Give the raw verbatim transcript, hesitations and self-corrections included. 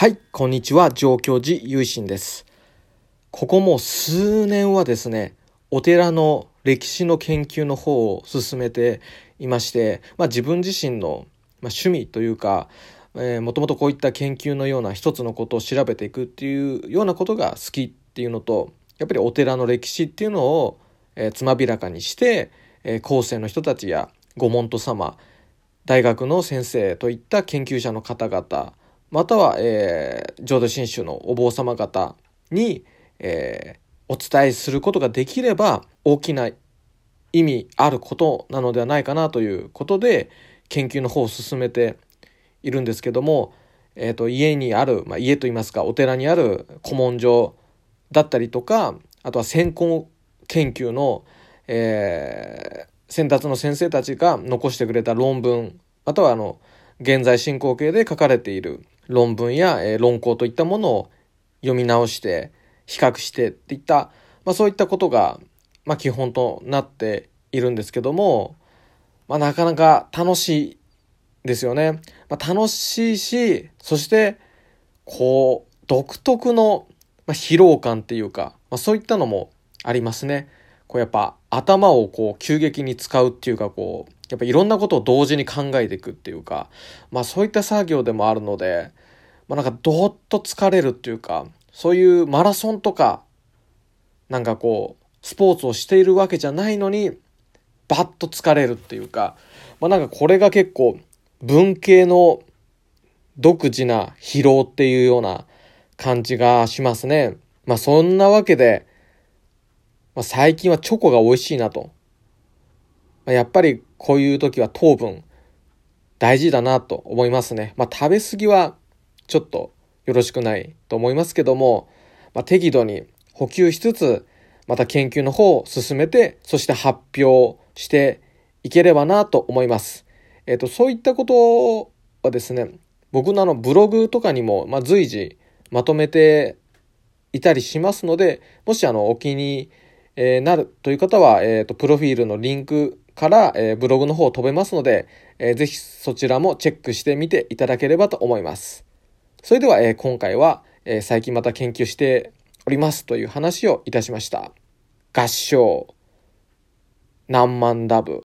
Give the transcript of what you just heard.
はい、こんにちは。上京寺ゆいしんです。ここもう数年はですね、お寺の歴史の研究の方を進めていまして、まあ、自分自身の、まあ、趣味というか、えー、もともとこういった研究のような一つのことを調べていくっていうようなことが好きっていうのと、やっぱりお寺の歴史っていうのを、えー、つまびらかにして、えー、後世の人たちやご門徒様、大学の先生といった研究者の方々、または、えー、浄土真宗のお坊様方に、えー、お伝えすることができれば大きな意味あることなのではないかなということで研究の方を進めているんですけども、えーと、家にある、まあ、家といいますかお寺にある古文書だったりとか、あとは先行研究の、えー、先達の先生たちが残してくれた論文、またはあの現在進行形で書かれている論文や、えー、論考といったものを読み直して比較してっていった、まあ、そういったことが、まあ、基本となっているんですけども、まあ、なかなか楽しいですよね。まあ、楽しいし、そしてこう独特の、まあ、疲労感っていうか、まあ、そういったのもありますね。こうやっぱ頭をこう急激に使うっていうか、こうやっぱいろんなことを同時に考えていくっていうか、まあそういった作業でもあるので、まあなんかどーっと疲れるっていうか、そういうマラソンとかなんかこうスポーツをしているわけじゃないのにバッと疲れるっていうか、まあなんかこれが結構文系の独自な疲労っていうような感じがしますね。まあそんなわけで、まあ、最近はチョコが美味しいなと。まあ、やっぱりこういう時は糖分大事だなと思いますね。まあ食べ過ぎはちょっとよろしくないと思いますけども、まあ、適度に補給しつつ、また研究の方を進めて、そして発表していければなと思います。えっと、そういったことはですね、僕のあのブログとかにも、まあ、随時まとめていたりしますので、もしあのお気になるという方は、えっと、プロフィールのリンクから、えー、ブログの方を飛べますので、えー、ぜひそちらもチェックしてみていただければと思います。それでは、えー、今回は、えー、最近また研究しておりますという話をいたしました。合唱、何万ダブ